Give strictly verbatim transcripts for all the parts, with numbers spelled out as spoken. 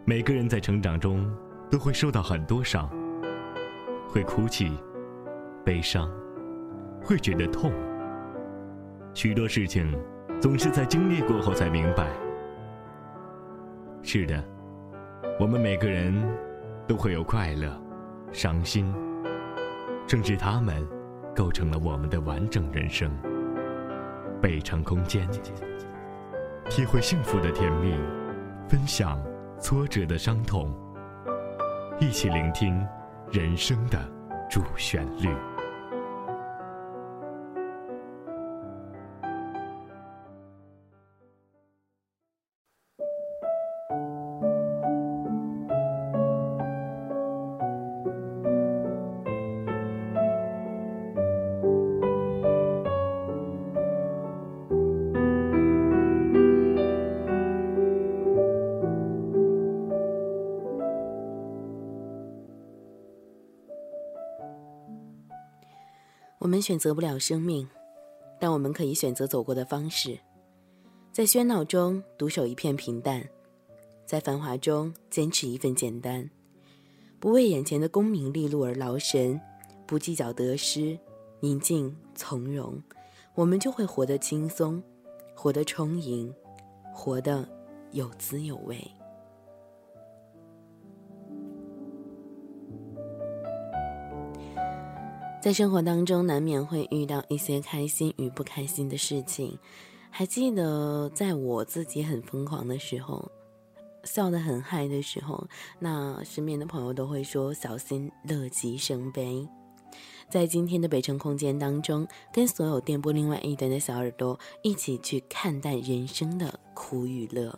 每个人在成长中都会受到很多伤，会哭泣、悲伤，会觉得痛。许多事情总是在经历过后才明白。是的，我们每个人都会有快乐、伤心，正是它们构成了我们的完整人生。北城空间，体会幸福的甜蜜，分享挫折的伤痛，一起聆听人生的主旋律。 我们选择不了生命，但我们可以选择走过的方式。在喧闹中独守一片平淡，在繁华中坚持一份简单，不为眼前的功名利禄而劳神，不计较得失，宁静从容，我们就会活得轻松，活得充盈，活得有滋有味。在生活当中难免会遇到一些开心与不开心的事情，还记得在我自己很疯狂的时候，笑得很嗨的时候，那身边的朋友都会说小心乐极生悲。在今天的北城空间当中，跟所有电波另外一端的小耳朵一起去看淡人生的苦与乐。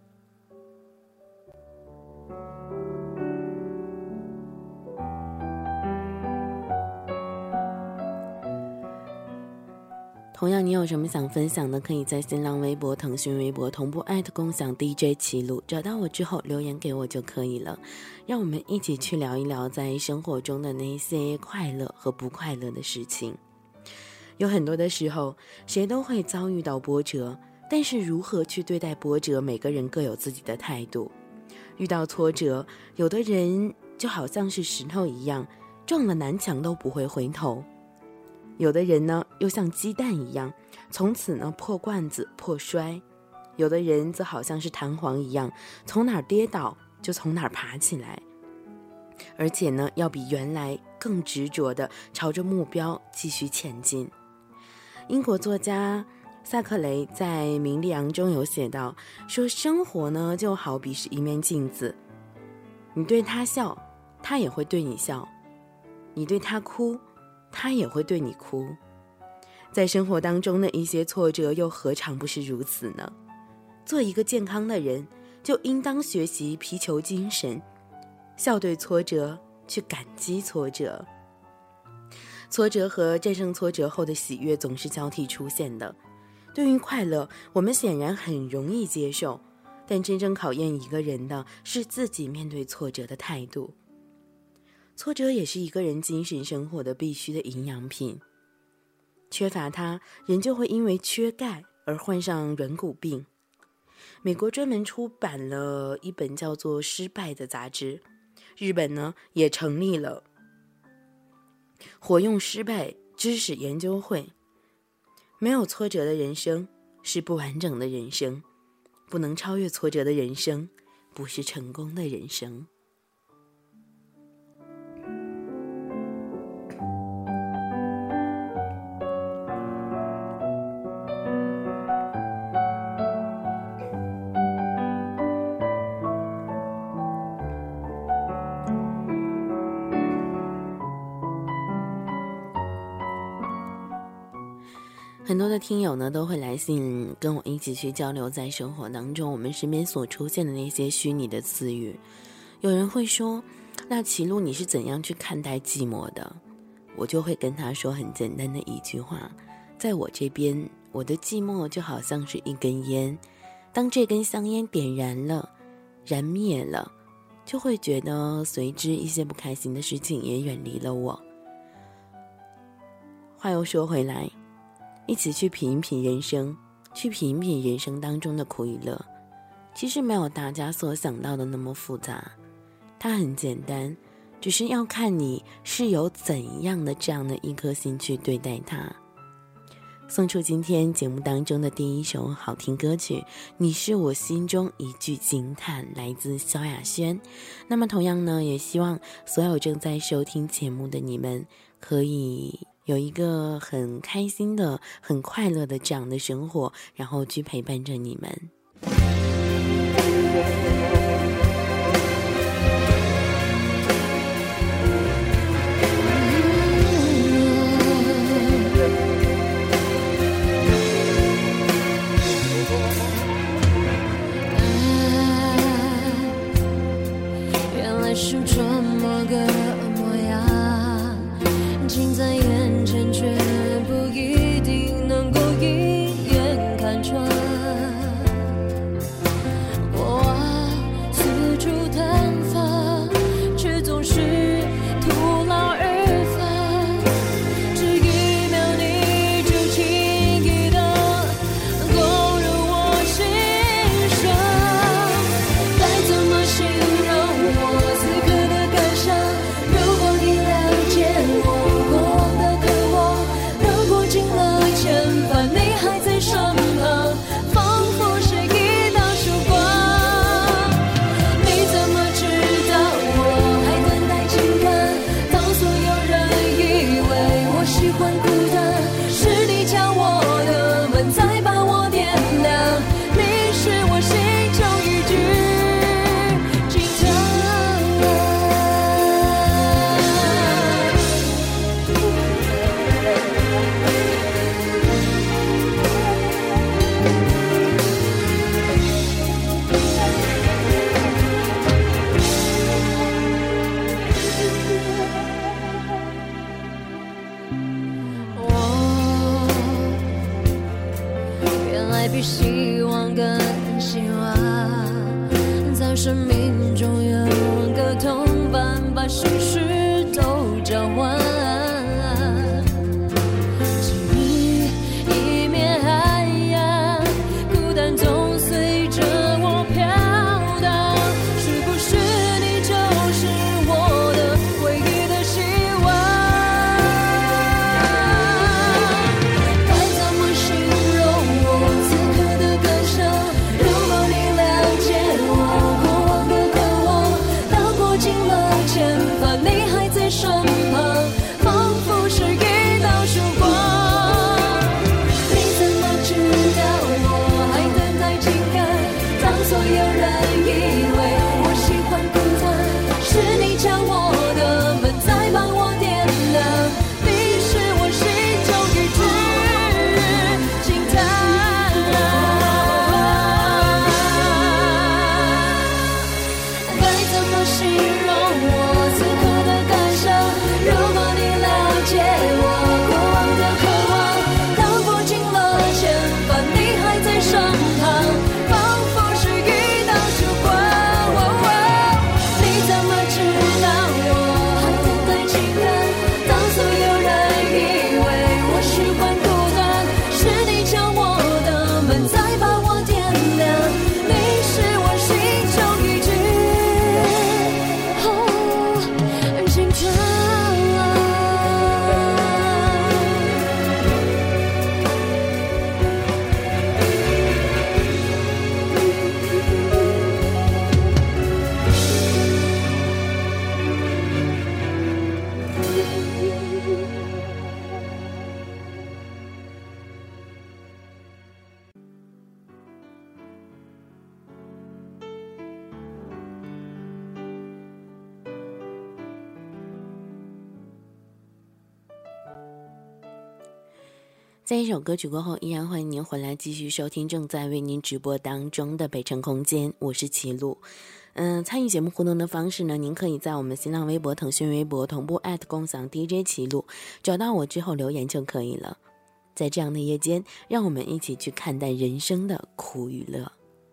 同样，你有什么想分享的，可以在新浪微博、腾讯微博同步艾特共享 D J 齐鲁，找到我之后留言给我就可以了。让我们一起去聊一聊在生活中的那些快乐和不快乐的事情。有很多的时候，谁都会遭遇到波折，但是如何去对待波折，每个人各有自己的态度。遇到挫折，有的人就好像是石头一样，撞了南墙都不会回头。有的人呢，又像鸡蛋一样，从此呢破罐子破摔；有的人则好像是弹簧一样，从哪儿跌倒就从哪儿爬起来，而且呢，要比原来更执着地朝着目标继续前进。英国作家萨克雷在《名利昂》中有写到，说生活呢就好比是一面镜子，你对他笑，他也会对你笑；你对他哭，他也会对你哭。在生活当中的一些挫折又何尝不是如此呢？做一个健康的人，就应当学习皮球精神，笑对挫折，去感激挫折。挫折和战胜挫折后的喜悦总是交替出现的。对于快乐，我们显然很容易接受，但真正考验一个人的是自己面对挫折的态度。挫折也是一个人精神生活的必须的营养品，缺乏它，人就会因为缺钙而患上软骨病。美国专门出版了一本叫做《失败》的杂志，日本呢也成立了活用失败知识研究会。没有挫折的人生是不完整的人生，不能超越挫折的人生不是成功的人生。很多的听友呢都会来信跟我一起去交流，在生活当中我们身边所出现的那些虚拟的词语。有人会说，那齐路你是怎样去看待寂寞的？我就会跟他说很简单的一句话，在我这边，我的寂寞就好像是一根烟，当这根香烟点燃了，燃灭了，就会觉得随之一些不开心的事情也远离了我。话又说回来，一起去品一品人生，去品一品人生当中的苦与乐。 其实没有大家所想到的那么复杂，它很简单，只是要看你是有怎样的这样的一颗心去对待它。送出今天节目当中的第一首好听歌曲，你是我心中一句惊叹，来自萧亚轩。那么同样呢，也希望所有正在收听节目的你们可以有一个很开心的很快乐的这样的生活，然后去陪伴着你们。 是这么个模样，近在眼前却不一定能够一眼看穿。过往四处探访，却总是徒劳而返。这一秒你就轻易地勾入我心上，该怎么形容我比希望更希望，在生命中有个同伴，把心事都交换。记忆一面海洋，孤单总随着我飘荡。是不是你就是我的唯一的希望？该怎么形容我自如果你了解我过往的渴望，到过尽了千帆，你还在身旁，仿佛是一道曙光。你怎么知道我还等待情感？当所有人以为我喜欢孤单，是你将我的门再帮我点亮，你是我心中一句惊叹。形容我此刻的感想，如果你了解我过往的渴望，当过尽了千帆，你还在身旁，仿佛是一道曙光。你怎么知道我还等待情感？当所有人以为我喜欢孤单，是你将我的门再把我点亮，你是我心中一句惊叹。 在一首歌曲过后，依然欢迎您回来继续收听正在为您直播当中的北城空间，我是齐鲁。嗯，参与节目互动的方式呢，您可以在我们新浪微博、腾讯微博同步艾特共享 D J 齐鲁，找到我之后留言就可以了。在这样的夜间，让我们一起去看待人生的苦与乐。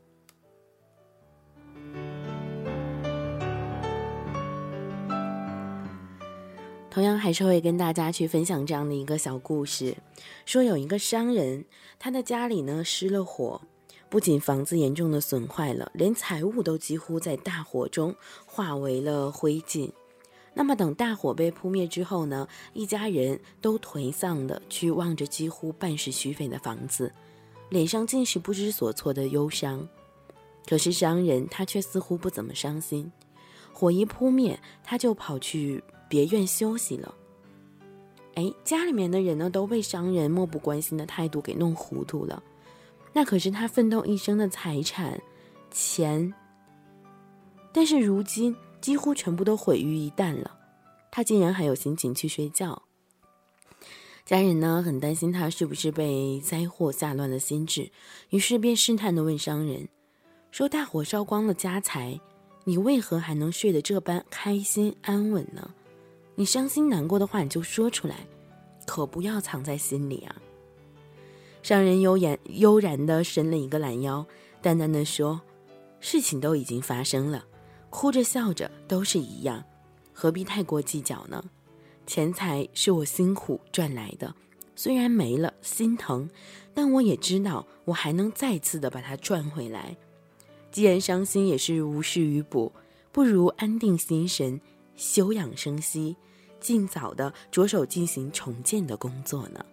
同样还是会跟大家去分享这样的一个小故事，说有一个商人，他的家里呢失了火， 不仅房子严重的损坏了，连财物都几乎在大火中化为了灰烬。那么等大火被扑灭之后呢，一家人都颓丧地去望着几乎半是虚废的房子，脸上尽是不知所措的忧伤。可是商人他却似乎不怎么伤心，火一扑灭，他就跑去别院休息了。哎，家里面的人呢，都被商人漠不关心的态度给弄糊涂了。那可是他奋斗一生的财产、钱，但是如今几乎全部都毁于一旦了。他竟然还有心情去睡觉。家人呢，很担心他是不是被灾祸吓乱了心智，于是便试探地问商人说：大火烧光了家财，你为何还能睡得这般开心安稳呢？你伤心难过的话你就说出来，可不要藏在心里啊。商人悠然悠然地伸了一个懒腰，淡淡地说：事情都已经发生了，哭着笑着都是一样，何必太过计较呢？钱财是我辛苦赚来的，虽然没了心疼，但我也知道我还能再次的把它赚回来。既然伤心也是无事于补，不如安定心神，休养生息，尽早的着手进行重建的工作呢。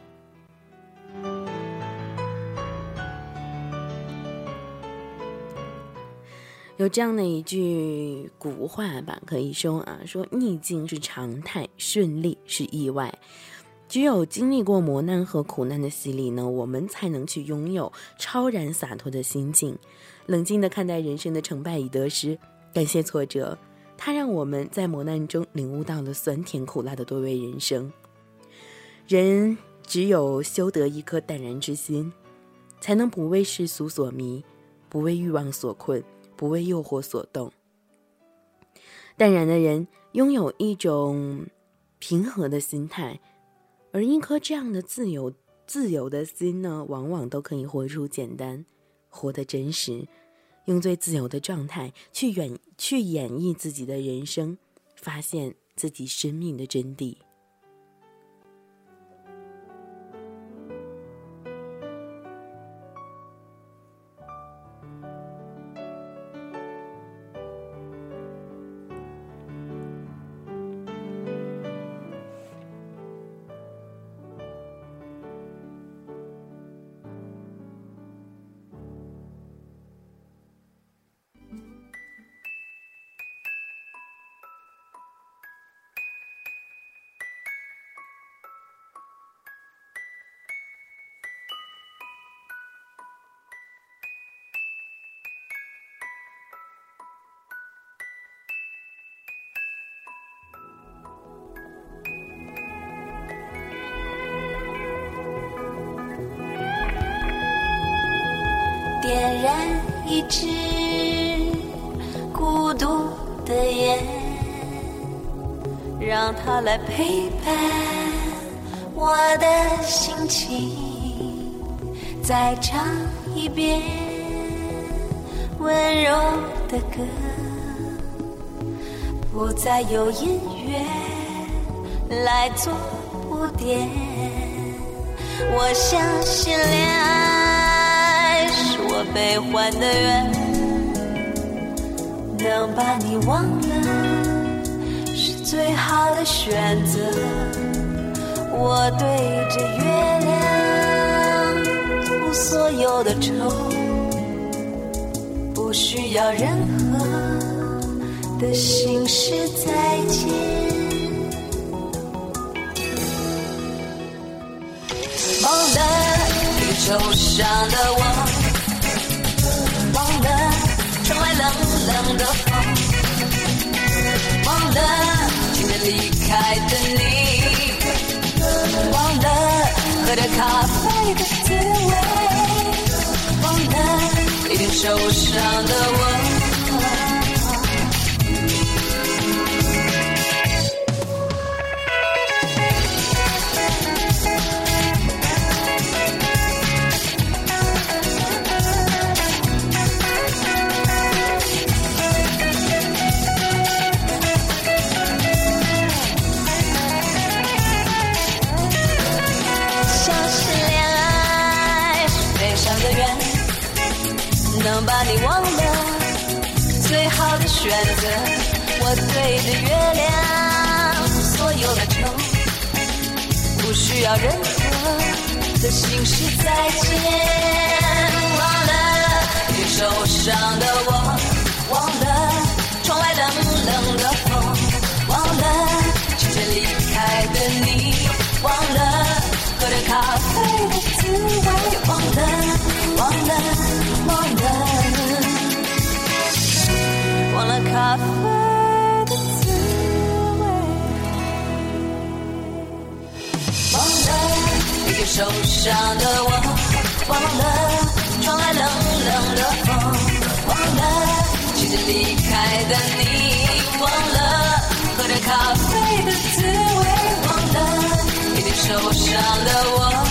有这样的一句古话吧，可以说啊，说逆境是常态，顺利是意外。只有经历过磨难和苦难的洗礼呢，我们才能去拥有超然洒脱的心境，冷静地看待人生的成败与得失，感谢挫折，它让我们在磨难中领悟到了酸甜苦辣的多味人生。人只有修得一颗淡然之心，才能不为世俗所迷，不为欲望所困，不为诱惑所动。淡然的人拥有一种平和的心态，而一颗这样的自由自由的心呢，往往都可以活出简单，活得真实，用最自由的状态去演去演绎自己的人生，发现自己生命的真谛。 点燃一支孤独的烟，让它来陪伴我的心情，再唱一遍温柔的歌，不再有音乐来做铺垫。我相信恋爱是我悲欢的缘，能把你忘了是最好的选择。我对着月亮吐所有的愁，不需要任何的心事再见。忘了地球上的我，忘了传来冷冷的风，忘了今天离开的你，忘了喝着咖啡的滋味，忘了已经受伤的我。 选择，我对着月亮所有的愁，不需要任何的心事再见。忘了你受伤的我，忘了窗外冷冷的风，忘了轻轻离开的你，忘了喝着咖啡的滋味，忘了忘了忘了忘了咖啡的滋味，忘了那个受伤的我，忘了窗外冷冷的风，忘了轻轻离开的你，忘了喝着咖啡的滋味，忘了已经受伤的我。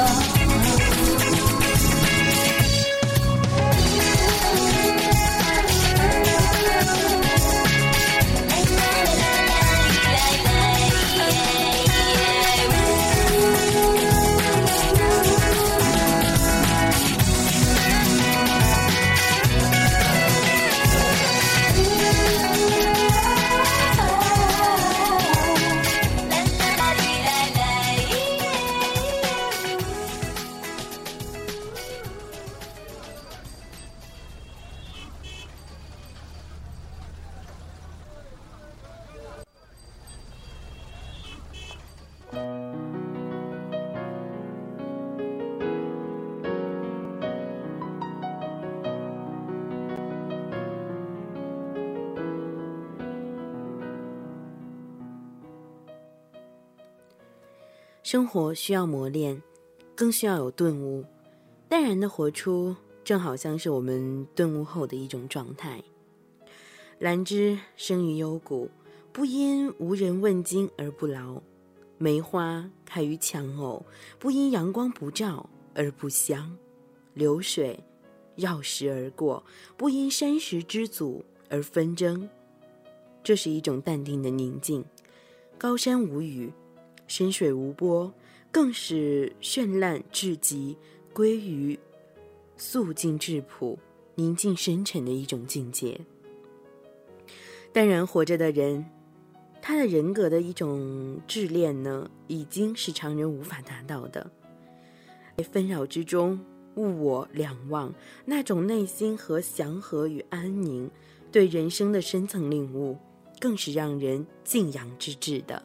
生活需要磨练，更需要有顿悟，淡然的活出，正好像是我们顿悟后的一种状态。兰芝生于幽谷，不因无人问津而不劳；梅花开于墙偶，不因阳光不照而不香；流水绕石而过，不因山石之阻而纷争。这是一种淡定的宁静，高山无语，深水无波，更是绚烂至极，归于肃静质朴、宁静深沉的一种境界。淡然活着的人，他的人格的一种质炼呢，已经是常人无法达到的。在纷扰之中，物我两忘，那种内心和祥和与安宁，对人生的深层领悟，更是让人敬仰之至的。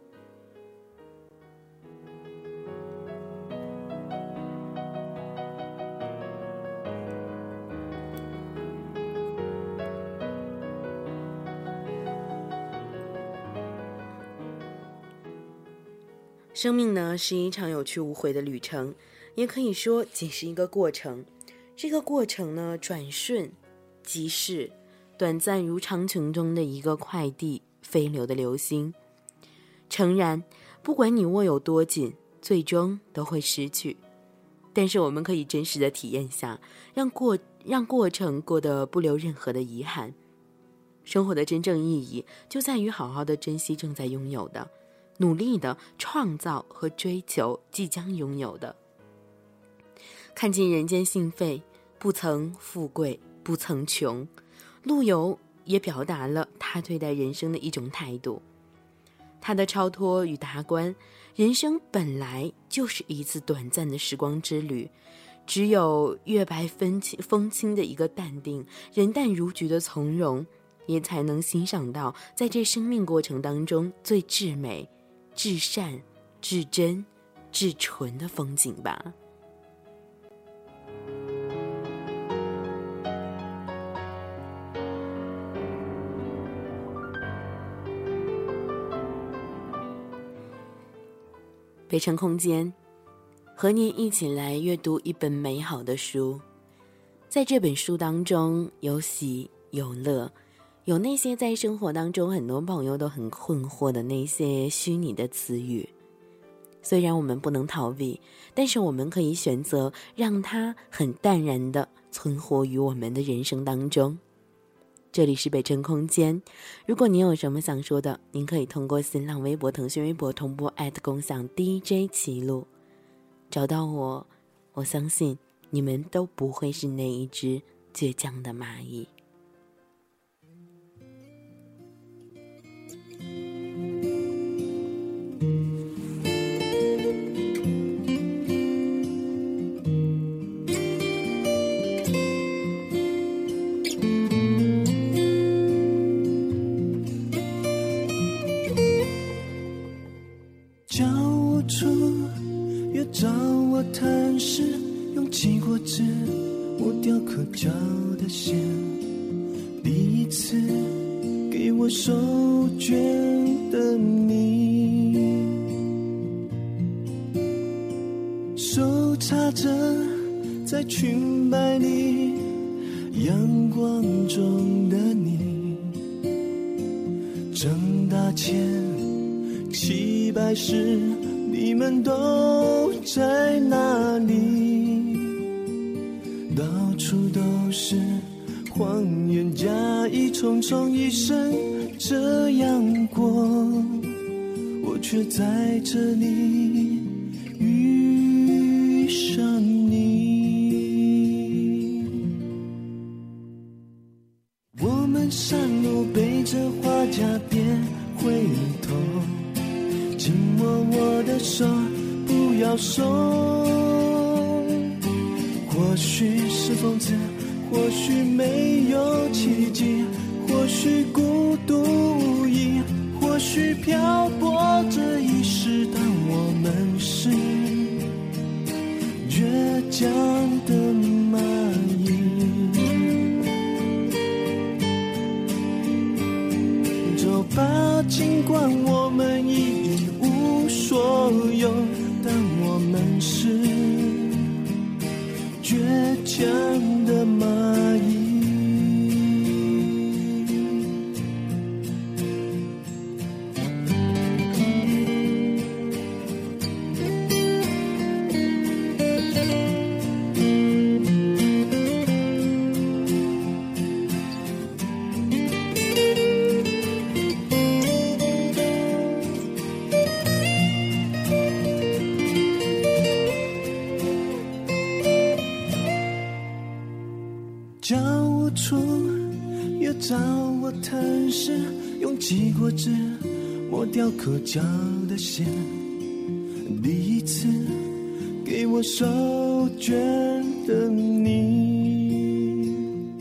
生命呢，是一场有去无回的旅程，也可以说仅是一个过程。这个过程呢，转瞬即逝，短暂如长裙中的一个快递飞流的流星。诚然，不管你握有多紧，最终都会失去。但是我们可以真实的体验下，让过让过程过得不留任何的遗憾。生活的真正意义，就在于好好的珍惜正在拥有的，努力的创造和追求即将拥有的。看尽人间幸费，不曾富贵，不曾穷。陆游也表达了他对待人生的一种态度。他的超脱与达观，人生本来就是一次短暂的时光之旅，只有月白风清风轻的一个淡定，人淡如菊的从容，也才能欣赏到在这生命过程当中最至美、至善、至真、至纯的风景吧。北城空间，和您一起来阅读一本美好的书。在这本书当中，有喜有乐，有那些在生活当中很多朋友都很困惑的那些虚拟的词语。虽然我们不能逃避，但是我们可以选择让它很淡然地存活于我们的人生当中。这里是北城空间，如果您有什么想说的，您可以通过新浪微博、腾讯微博同步艾特共享 D J 齐路找到我。我相信你们都不会是那一只倔强的蚂蚁。 一次给我手绢的你，手插着在裙摆里阳光中的你，长大前齐白石你们都在哪里？到处都是谎言加一重重，一生这样过，我却在这里遇上你。我们山路背着花夹，别回头，紧握我的手，不要松。或许是讽刺，或许没有奇迹，或许孤独无依，或许漂泊这一世，但我们是倔强的蚂蚁。走吧，尽管我们已一无所有，但我们是倔强的蚂蚁。教我错，也找我探视，用记过纸抹掉口角的线。第一次给我手绢的你，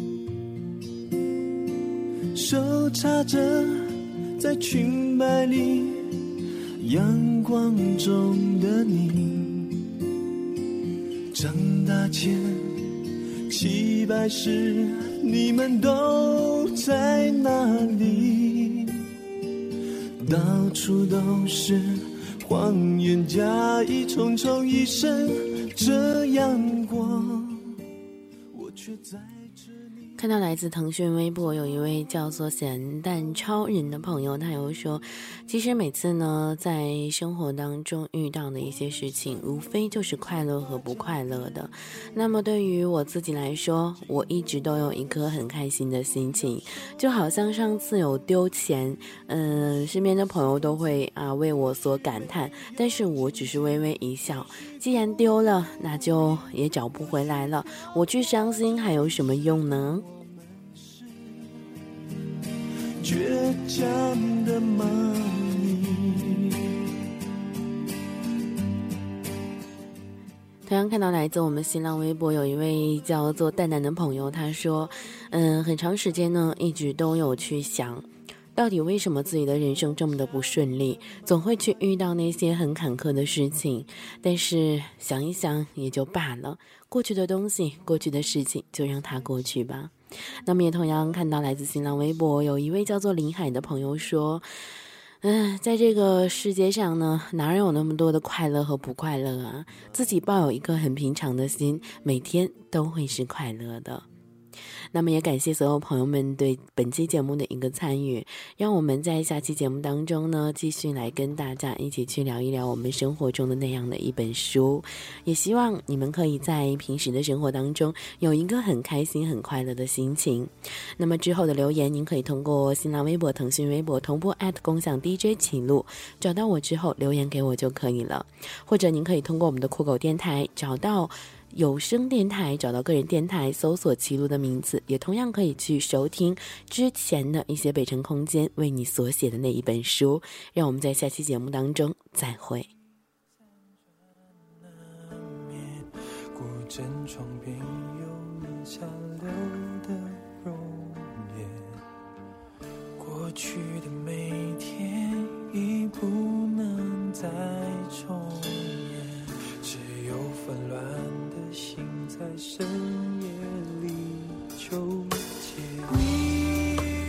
手插着在裙摆里阳光中的你，长大前齐白石你们都在哪里？到处都是谎言加一重重，一生这样过，我却在这里。 看到来自腾讯微博有一位叫做咸蛋超人的朋友，他又说，其实每次呢在生活当中遇到的一些事情无非就是快乐和不快乐的，那么对于我自己来说，我一直都有一颗很开心的心情，就好像上次有丢钱，嗯，身边的朋友都会啊为我所感叹，但是我只是微微一笑，既然丢了那就也找不回来了，我去伤心还有什么用呢？ 倔强的蚂蚁。 同样看到来自我们新浪微博有一位叫做蛋蛋的朋友，他说嗯，很长时间呢一直都有去想，到底为什么自己的人生这么的不顺利，总会去遇到那些很坎坷的事情，但是想一想也就罢了，过去的东西，过去的事情就让它过去吧。那么也同样看到来自新浪微博有一位叫做林海的朋友说，嗯，在这个世界上呢，哪有那么多的快乐和不快乐啊？自己抱有一颗很平常的心，每天都会是快乐的。那么也感谢所有朋友们对本期节目的一个参与，让我们在下期节目当中呢，继续来跟大家一起去聊一聊我们生活中的那样的一本书，也希望你们可以在平时的生活当中有一个很开心很快乐的心情。那么之后的留言您可以通过新浪微博、腾讯微博同步 at 共享 D J 启路找到我之后留言给我就可以了，或者您可以通过我们的酷狗电台找到有声电台，找到个人电台搜索齐路的名字，也同样可以去收听之前的一些北辰空间为你所写的那一本书。让我们在下期节目当中再会。 古镇窗边有你下流的容颜，过去的每天已不能再重演，只有纷乱的心在深夜里纠结。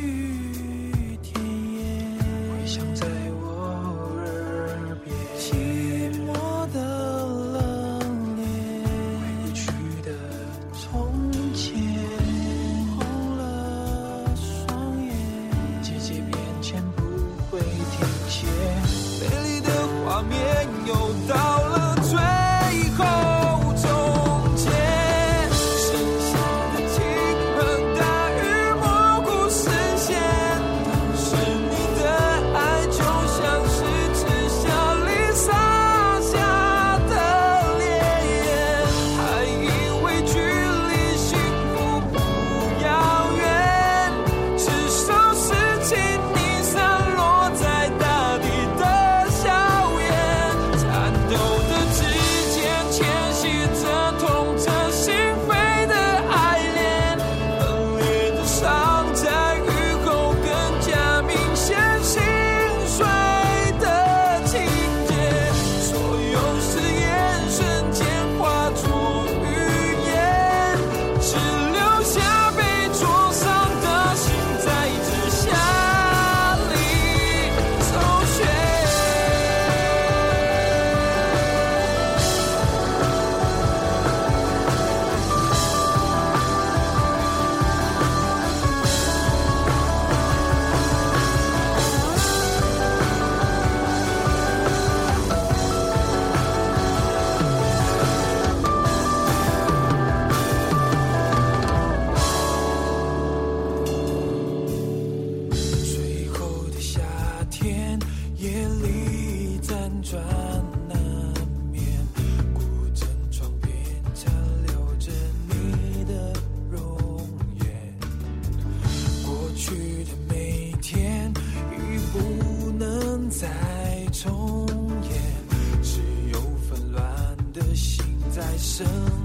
重演，只有纷乱的心在生